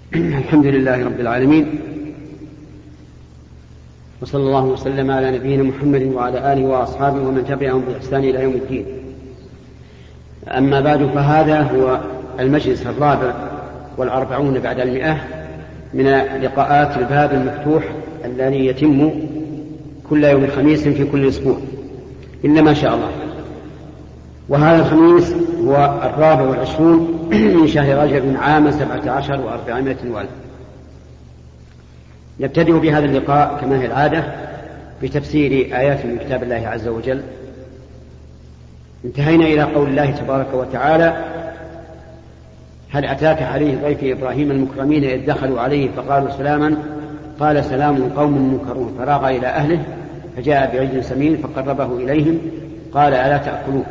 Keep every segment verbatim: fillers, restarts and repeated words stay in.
الحمد لله رب العالمين، وصلى الله وسلم على نبينا محمد وعلى آله وأصحابه ومن تبعهم بإحسان إلى يوم الدين. أما بعد، فهذا هو المجلس الرابع والأربعون بعد المئة من لقاءات الباب المفتوح الذي يتم كل يوم خميس في كل أسبوع إلا ما شاء الله. وهذا الخميس هو الرابع والعشرون من شهر رجب من عام سبعة عشر وأربعمائة وألف. نبتدئ بهذا اللقاء كما هي العادة بتفسير آيات من كتاب الله عز وجل. انتهينا إلى قول الله تبارك وتعالى: هل أتاك عليه ضيف إبراهيم المكرمين إذ دخلوا عليه فقالوا سلاما قال سلام قوم منكرون فراغ إلى أهله فجاء بعجل سمين فقربه إليهم قال ألا تأكلون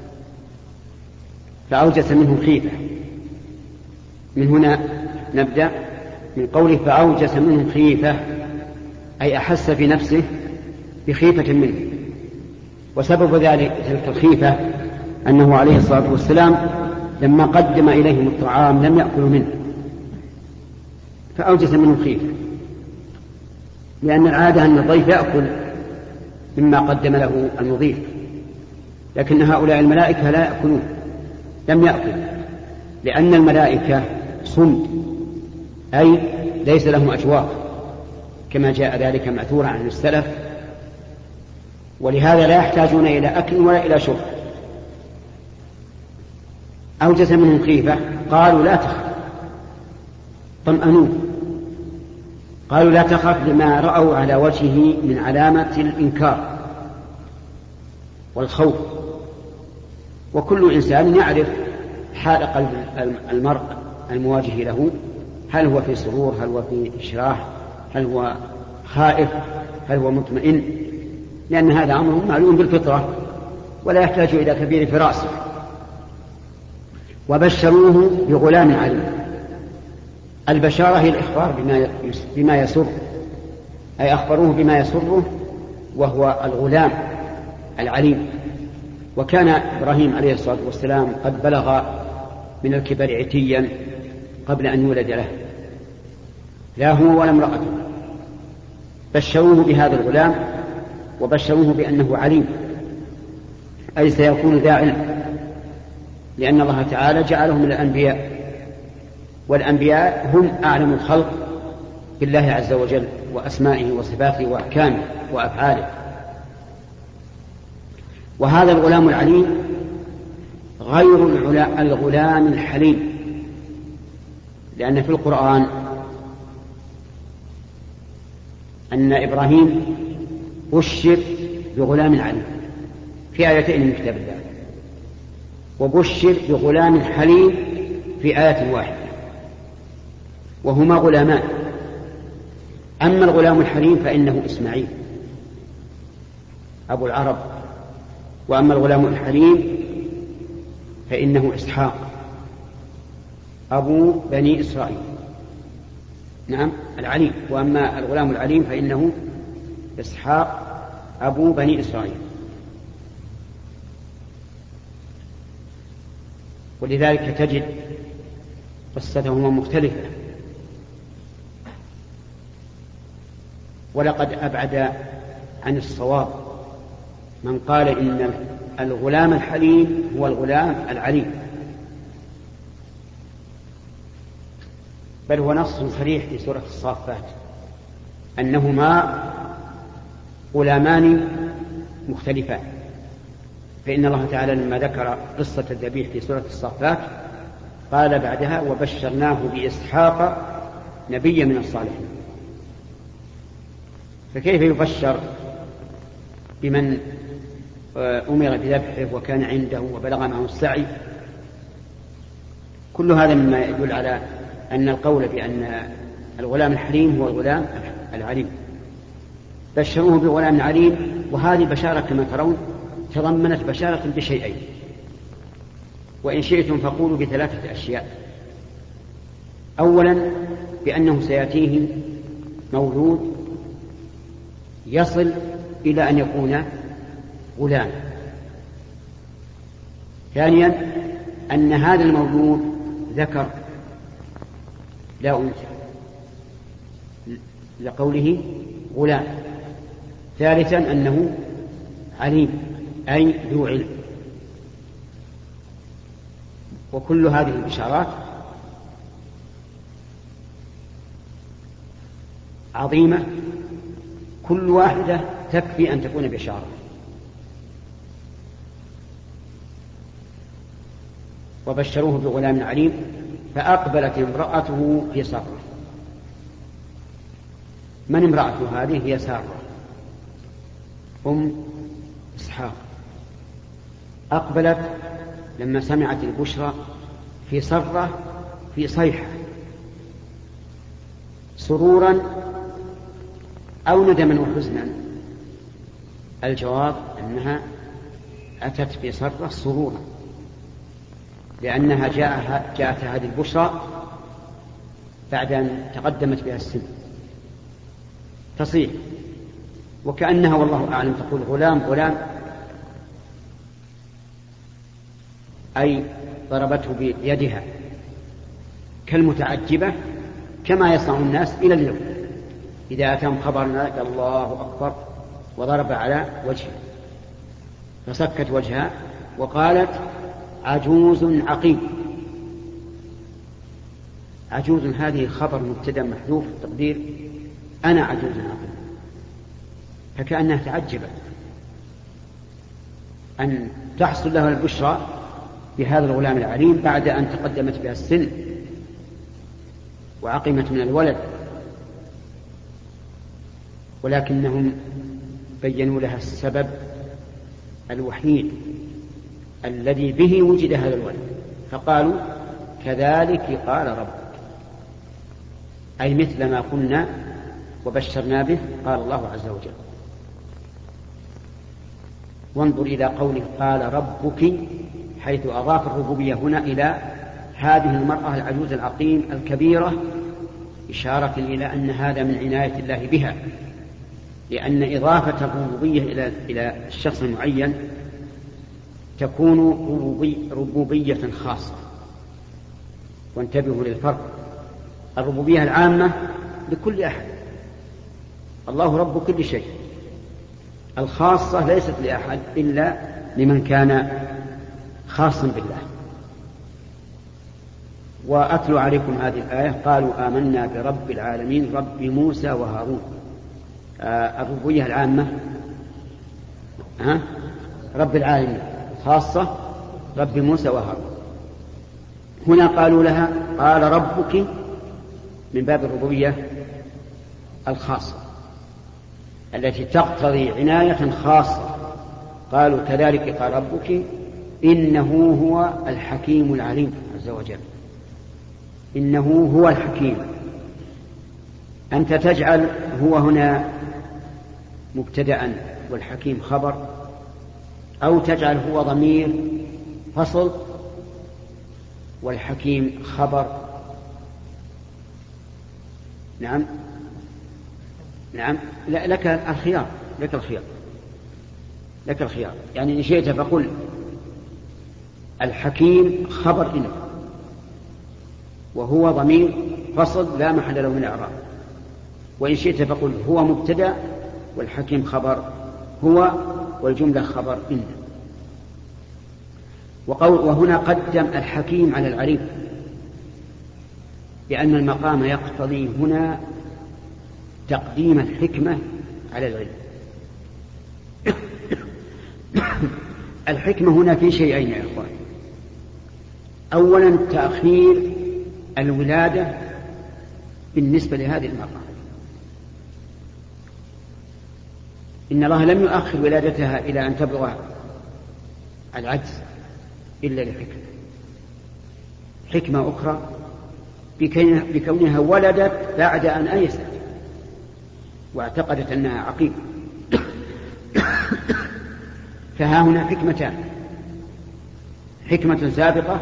فأوجس منهم خيفة. من هنا نبدأ من قوله فأوجس منهم خيفة، أي أحس في نفسه بخيفة منه. وسبب ذلك تلك الخيفة أنه عليه الصلاة والسلام لما قدم إليهم الطعام لم يأكلوا منه فأوجس منهم خيفة، لأن العادة أن الضيف يأكل مما قدم له المضيف، لكن هؤلاء الملائكة لا يأكلون، لم يأكل، لأن الملائكة صمت، أي ليس لهم أجواف كما جاء ذلك مأثورا عن السلف، ولهذا لا يحتاجون إلى أكل ولا إلى شرب. أوجس منهم خيفة قالوا لا تخف، طمأنوا، قالوا لا تخف لما رأوا على وجهه من علامة الإنكار والخوف. وكل إنسان يعرف حال قلب المرء المواجه له، هل هو في سرور، هل هو في إشراح، هل هو خائف، هل هو مطمئن، لأن هذا أمر معلوم بالفطرة ولا يحتاج إلى كبير فراسة. وبشروه بغلام عليم. البشارة هي الإخبار بما يسر، أي أخبروه بما يسره، وهو الغلام العليم. وكان إبراهيم عليه الصلاة والسلام قد بلغ من الكبر عتيا قبل أن يولد له، لا هو ولا امرأته. بشروه بهذا الغلام وبشروه بأنه عليم، أي سيكون ذا علم، لأن الله تعالى جعله من الأنبياء، والأنبياء هم أعلم الخلق بالله عز وجل وأسمائه وصفاته وأحكامه وأفعاله. وهذا الغلام العليم غير الغلام الحليم، لأن في القرآن أن إبراهيم بشر بغلام عليم في آيتين من كتاب الله، وبشر بغلام حليم في آية واحدة، وهما غلامان. أما الغلام الحليم فإنه إسماعيل أبو العرب، وأما الغلام الحليم فإنه إسحاق أبو بني إسرائيل. نعم العليم. وأما الغلام العليم فإنه إسحاق أبو بني إسرائيل. ولذلك تجد قصتهما مختلفة. ولقد أبعد عن الصواب من قال إن الغلام الحليم هو الغلام العليم، بل هو نص صريح في سورة الصافات أنهما غلامان مختلفان. فإن الله تعالى لما ذكر قصة الذبيح في سورة الصافات قال بعدها وبشرناه بإسحاق نبيا من الصالحين. فكيف يبشر بمن أمر بذبحه وكان عنده وبلغ معه السعي؟ كل هذا مما يدل على أن القول بأن الغلام الحليم هو الغلام العليم. بشروه بغلام عليم، وهذه بشارة كما ترون تضمنت بشارة بشيئين، وإن شئتم فقولوا بثلاثة أشياء. أولا بأنه سيأتيه مولود يصل إلى أن يكون غلام. ثانيا أن هذا المولود ذكر لا أنثى، لقوله غلام. ثالثا أنه عليم أي ذو علم. وكل هذه البشارات عظيمة، كل واحدة تكفي أن تكون بشارة. وبشروه بغلام عليم فأقبلت امرأته في صرة. من امرأته هذه؟ هي سارة أم إسحاق. أقبلت لما سمعت البشرى في صرة، في صيحة، سرورا أو ندما وحزنا. الجواب أنها أتت في صرة سرورا، لأنها جاء جاءت هذه البشرى بعد أن تقدمت بها السن تصيح، وكأنها والله أعلم تقول غلام غلام، أي ضربته بيدها كالمتعجبة، كما يصنع الناس إلى اليوم إذا أتم خبرنا قال الله أكبر وضرب على وجهه، فسكت وجهها وقالت عجوز عقيم. عجوز هذه خبر مبتدأ محذوف التقدير أنا عجوز عقيم، فكأنها تعجبت أن تحصل لها البشرى بهذا الغلام العليم بعد أن تقدمت بها السن وعقمت من الولد، ولكنهم بينوا لها السبب الوحيد الذي به وجد هذا الولد، فقالوا كذلك قال ربك، أي مثل ما قلنا وبشرنا به قال الله عز وجل. وانظر إلى قوله قال ربك، حيث أضاف الربوبية هنا إلى هذه المرأة العجوز العقيم الكبيرة، إشارة إلى أن هذا من عناية الله بها، لأن إضافة الربوبية إلى إلى الشخص المعين تكون ربوبي ربوبية خاصة. وانتبهوا للفرق، الربوبية العامة لكل أحد، الله رب كل شيء، الخاصة ليست لأحد إلا لمن كان خاصا بالله. وأتلو عليكم هذه الآية قالوا آمنا برب العالمين رب موسى وهارون. آه الربوبية العامة ها رب العالمين، خاصة رب موسى وهارون. هنا قالوا لها قال ربك من باب الربوبية الخاصة التي تقتضي عناية خاصة. قالوا كذلك قال ربك إنه هو الحكيم العليم عز وجل، إنه هو الحكيم. أنت تجعل هو هنا مبتدأ والحكيم خبر، أو تجعل هو ضمير فصل والحكيم خبر. نعم نعم لا لك الخيار، لك الخيار لك الخيار يعني إن شئت فقل الحكيم خبر إنه، وهو ضمير فصل لا محل له من الإعراب. وإن شئت فقل هو مبتدأ والحكيم خبر هو، والجملة خبر إنه. وقول وهنا قدم الحكيم على العليم، لأن المقام يقتضي هنا تقديم الحكمة على العلم. الحكمة هنا في شيئين يا إخوان. أولا تأخير الولادة بالنسبة لهذه المرأة، إن الله لم يؤخر ولادتها إلى أن تبلغ العجز إلا لحكمة، حكمة أخرى بكونها ولدت بعد أن أيست واعتقدت أنها عقيم. فها هنا حكمتان، حكمة سابقة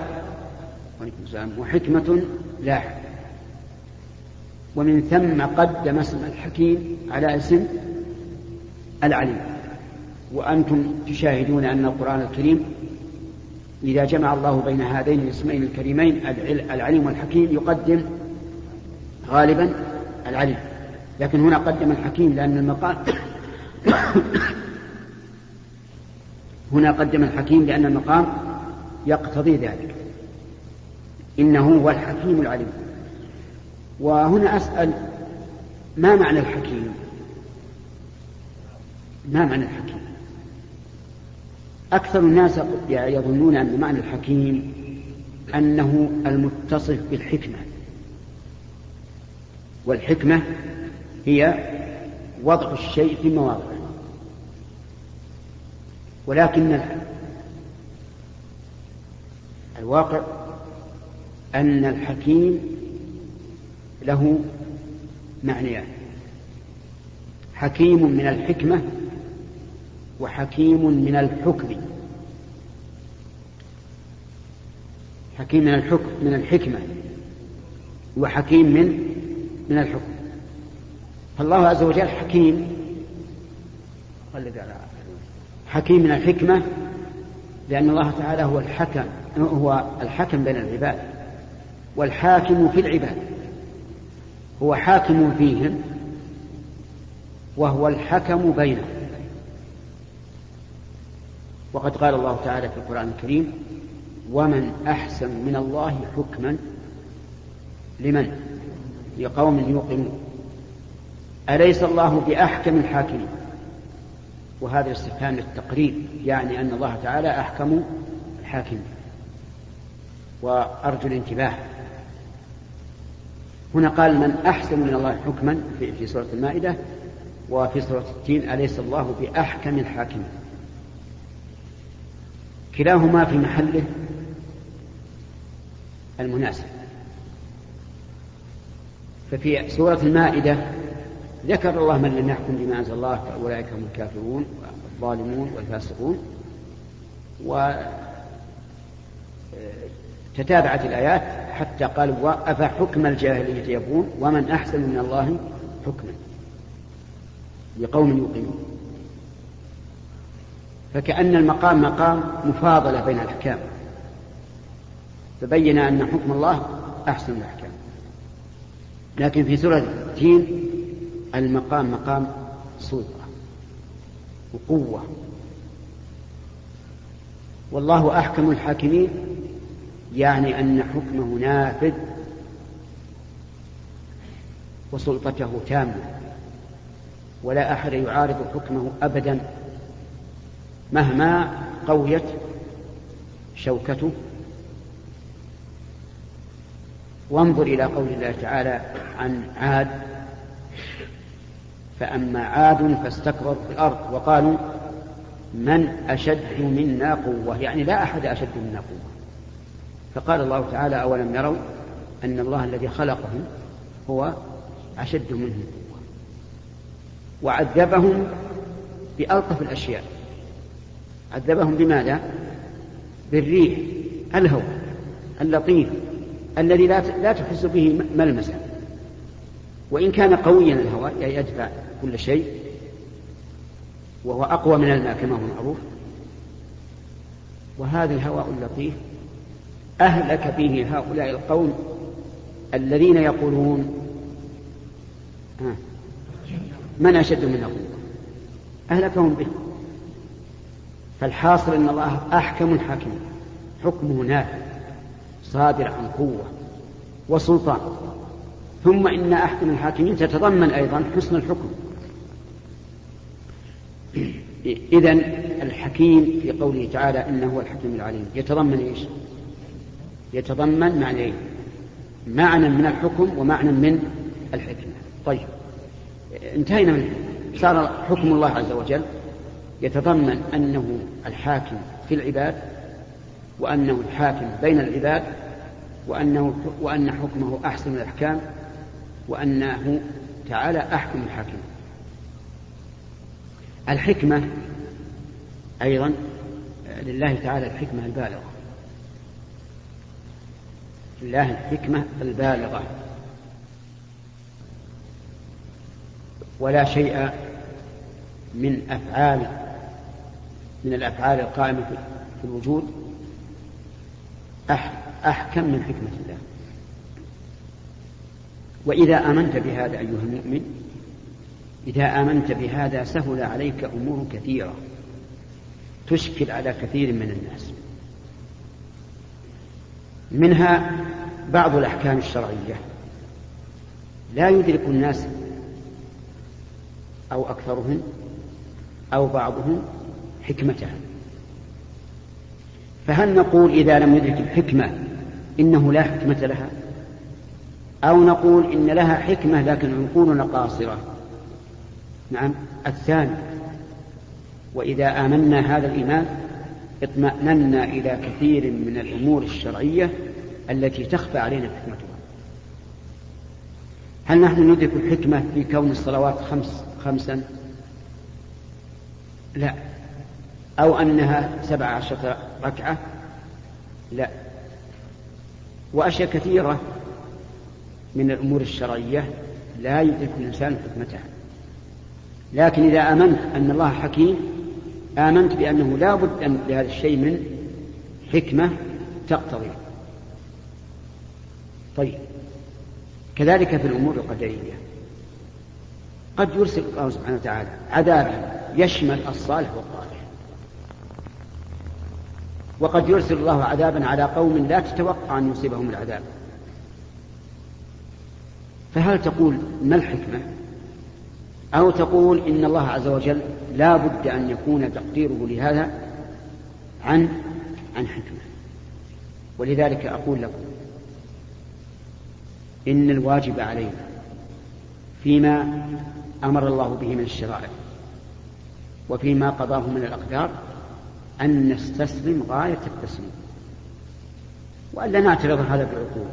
وحكمة لاحقة، ومن ثم قدم اسم الحكيم على اسم العليم. وأنتم تشاهدون أن القرآن الكريم إذا جمع الله بين هذين الاسمين الكريمين العليم والحكيم يقدم غالبا العليم، لكن هنا قدم الحكيم لأن المقام هنا قدم الحكيم لأن المقام يقتضي ذلك. إنه هو الحكيم العليم. وهنا أسأل: ما معنى الحكيم؟ ما معنى الحكيم؟ أكثر الناس يظنون أن معنى الحكيم أنه المتصف بالحكمة، والحكمة هي وضع الشيء في مواضعه. ولكن الواقع أن الحكيم له معنيان: حكيم من الحكمة وحكيم من الحكم. حكيم من الحكم من الحكمة وحكيم من من الحكم. فالله عز وجل حكيم حكيم من الحكمة لأن الله تعالى هو الحكم هو الحكم بين العباد والحاكم في العباد، هو حاكم فيهم وهو الحكم بينهم. وقد قال الله تعالى في القرآن الكريم: ومن أحسن من الله حكما لمن لقوم يوقنون أليس الله بأحكم الحاكمين. وهذا الاستفهام للتقرير، يعني أن الله تعالى أحكم الحاكمين. وأرجو الانتباه، هنا قال: من أحسن من الله حكما في سورة المائدة، وفي سورة التين: أليس الله بأحكم الحاكمين. كلاهما في محله المناسب. ففي سورة المائدة ذكر الله من لم يحكم بما أنزل الله فأولئك هم الكافرون والظالمون والفاسقون، وتتابعت الآيات حتى قال: أفحكم الجاهلية يبغون ومن أحسن من الله حكما لقوم يوقنون. فكأن المقام مقام مفاضلة بين الأحكام، فبين أن حكم الله أحسن الأحكام. لكن في سورة التين المقام مقام سلطة وقوة. والله أحكم الحاكمين، يعني أن حكمه نافذ وسلطته تامة، ولا أحد يعارض حكمه أبدا مهما قويت شوكته. وانظر إلى قول الله تعالى عن عاد: فأما عاد فاستكبروا في الأرض وقالوا من أشد منا قوة، يعني لا أحد أشد منا قوة. فقال الله تعالى: أولم يروا أن الله الذي خلقهم هو أشد منهم قوة. وعذبهم بألطف الأشياء. عذبهم بماذا؟ بالريح الهواء اللطيف الذي لا تحس به ملمسا، وإن كان قويا الهواء يدفع كل شيء وهو أقوى من الماء كما هو معروف. وهذا الهواء اللطيف أهلك به هؤلاء القوم الذين يقولون من أشد منا قوة، أهلكهم به. فالحاصل أن الله أحكم الحاكم، حكمه نافذ صادر عن قوة وسلطان. ثم إن أحكم الحاكمين تتضمن أيضا حسن الحكم. إذن الحكيم في قوله تعالى إنه هو الحكيم العليم يتضمن إيش؟ يتضمن معنيين: معنى من الحكم ومعنى من الحكمة. طيب، انتهينا منه. صار حكم الله عز وجل يتضمن أنه الحاكم في العباد، وأنه الحاكم بين العباد، وأنه وأن حكمه أحسن الأحكام، وأنه تعالى أحكم الحاكم. الحكمة أيضا لله تعالى الحكمة البالغة، لله الحكمة البالغة، ولا شيء من أفعال من الأفعال القائمة في الوجود أحكم من حكمة الله. وإذا آمنت بهذا أيها المؤمن إذا آمنت بهذا سهل عليك أمور كثيرة تشكل على كثير من الناس. منها بعض الأحكام الشرعية لا يدرك الناس أو أكثرهم أو بعضهم حكمتها، فهل نقول إذا لم يدرك الحكمة إنه لا حكمة لها، أو نقول إن لها حكمة لكن عقولنا قاصرة؟ نعم، الثاني. وإذا آمنا هذا الإيمان اطمأننا إلى كثير من الأمور الشرعية التي تخفى علينا حكمتها. هل نحن ندرك الحكمة في كون الصلوات خمس خمسا؟ لا. أو أنها سبع عشرة ركعة؟ لا. وأشياء كثيرة من الأمور الشرعية لا يدرك الإنسان حكمتها. لكن إذا آمنت أن الله حكيم آمنت بأنه لا بد أن لهذا الشيء من حكمة تقتضي. طيب، كذلك في الأمور القدرية قد يرسل الله سبحانه وتعالى عذابا يشمل الصالح والطالح، وقد يرسل الله عذابا على قوم لا تتوقع أن يصيبهم العذاب. فهل تقول ما الحكمة، أو تقول إن الله عز وجل لا بد أن يكون تقديره لهذا عن عن حكمة؟ ولذلك أقول لكم إن الواجب علينا فيما أمر الله به من الشرائع وفيما قضاه من الأقدار أن نستسلم غاية التسليم، وألا نعترض هذا بالعقول.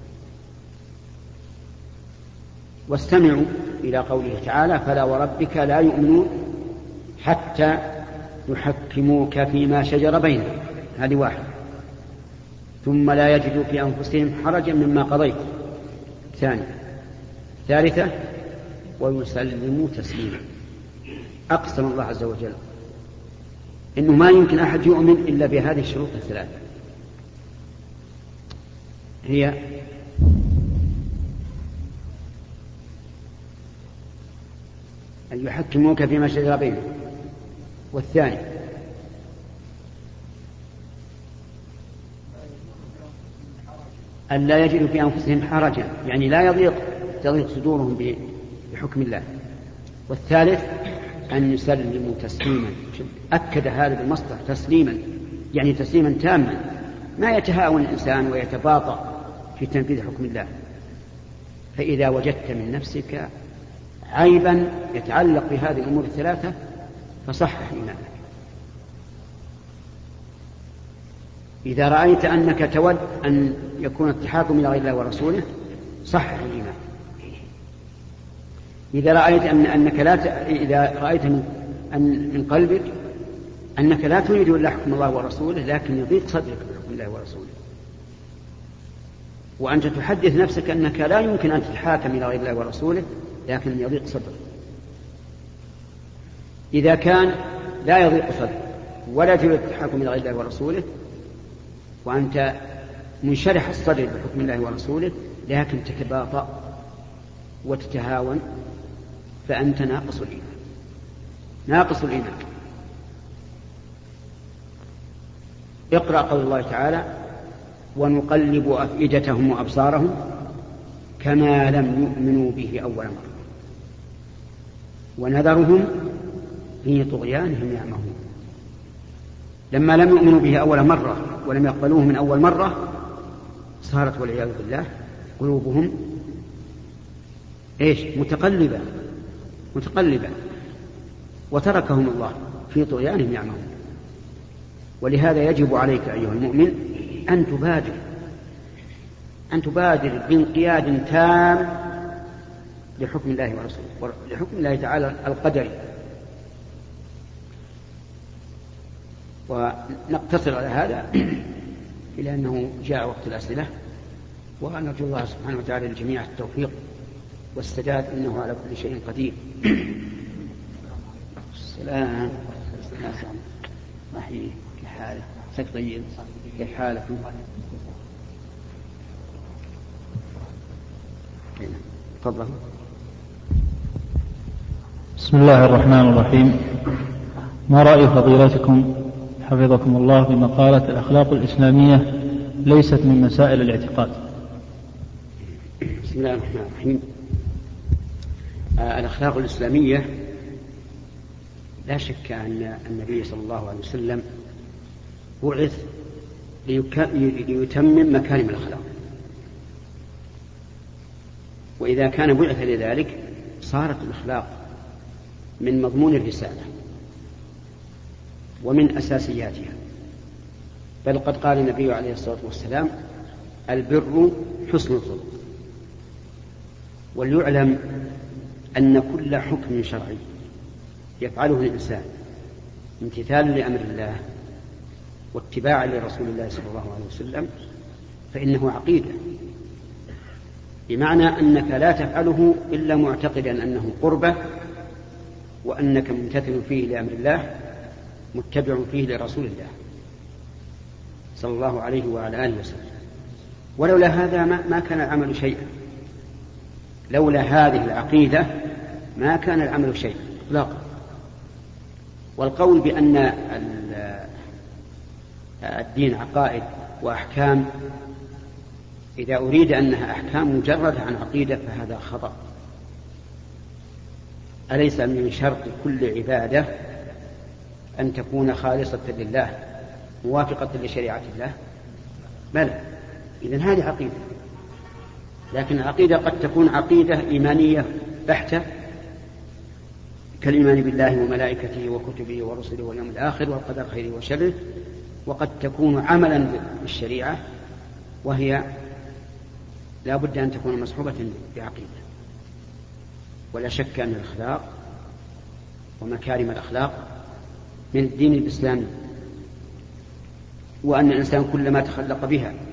واستمعوا إلى قوله تعالى: فلا وربك لا يؤمنون حتى يحكموك فيما شجر بينهم. هذه واحدة. ثم لا يجدوا في أنفسهم حرجا مما قضيت. ثانية. ثالثة: ويسلموا تسليما. أقسم الله عز وجل إنه ما يمكن أحد يؤمن إلا بهذه الشروط الثلاثة، هي أن يحكموك فيما شجر بينهم، والثاني أن لا يجدوا في أنفسهم حرجا، يعني لا يضيق تضيق صدورهم بحكم الله، والثالث أن يسلموا تسليما. أكد هذا بالمصدر تسليما، يعني تسليما تاما، ما يتهاون الإنسان ويتباطأ في تنفيذ حكم الله. فإذا وجدت من نفسك عيبا يتعلق بهذه الأمور الثلاثة فصحح إيمانك. إذا رأيت أنك تود أن يكون التحاكم إلى غير الله ورسوله صحح الإيمان. إذا رأيت أن أنك لا ت... إذا رأيت من أن من قلبك أنك لا تريد إلا حكم الله ورسوله لكن يضيق صدرك بحكم الله ورسوله، وأنت تحدث نفسك أنك لا يمكن أن تتحاكم إلى غير الله ورسوله لكن يضيق صدرك. إذا كان لا يضيق صدرك ولا تريد التحاكم إلى غير الله ورسوله وأنت منشرح الصدر بحكم الله ورسوله لكن تتباطأ وتتهاون فأنت ناقص الإيمان، ناقص الإيمان. اقرأ قول الله تعالى: ونقلب أفئدتهم وأبصارهم كما لم يؤمنوا به أول مرة ونذرهم في طغيانهم يعمهون. لما لم يؤمنوا به أول مرة ولم يقبلوه من أول مرة صارت والعياذ بالله قلوبهم إيش؟ متقلبة متقلبة وتركهم الله في طغيانهم يعمهون. ولهذا يجب عليك أيها المؤمن أن تبادر أن تبادر بانقياد تام لحكم الله ورسوله، لحكم الله تعالى القدري. ونقتصر على هذا إلى أنه جاء وقت الأسئلة، ونرجو الله سبحانه وتعالى للجميع التوفيق والسداد إنه على كل شيء قدير. السلام عليكم. محيي كيف حالك؟ طيب كيف حالك؟ تفضل. بسم الله الرحمن الرحيم. ما رأي فضيلتكم حفظكم الله بمقالة الأخلاق الإسلامية ليست من مسائل الاعتقاد؟ بسم الله الرحمن الرحيم. آه الأخلاق الإسلامية لا شك أن النبي صلى الله عليه وسلم بعث ليتمم مكارم الأخلاق، وإذا كان بعث لذلك صارت الأخلاق من مضمون الرسالة ومن أساسياتها. بل قد قال النبي عليه الصلاة والسلام: البر حسن الخلق. وليعلم أن كل حكم شرعي يفعله الإنسان امتثالا لأمر الله واتباعا لرسول الله صلى الله عليه وسلم فإنه عقيدة، بمعنى أنك لا تفعله إلا معتقدا أنه قربة، وأنك ممتثل فيه لأمر الله متبع فيه لرسول الله صلى الله عليه وعلى آله وسلم. ولولا هذا ما كان العمل شيئا، لولا هذه العقيدة ما كان العمل شيئا إطلاقا. والقول بأن الدين عقائد وأحكام إذا أريد أنها أحكام مجردة عن عقيدة فهذا خطأ. أليس من شرط كل عبادة أن تكون خالصة لله موافقة لشريعة الله؟ بلى، إذن هذه عقيدة. لكن العقيدة قد تكون عقيدة إيمانية بحتة كالإيمان بالله وملائكته وكتبه ورسله واليوم الآخر والقدر خيره وشره، وقد تكون عملا بالشريعة وهي لا بد أن تكون مصحوبة بعقيدة. ولا شك أن الأخلاق ومكارم الأخلاق من الدين الإسلامي، وأن الإنسان كلما تخلق بها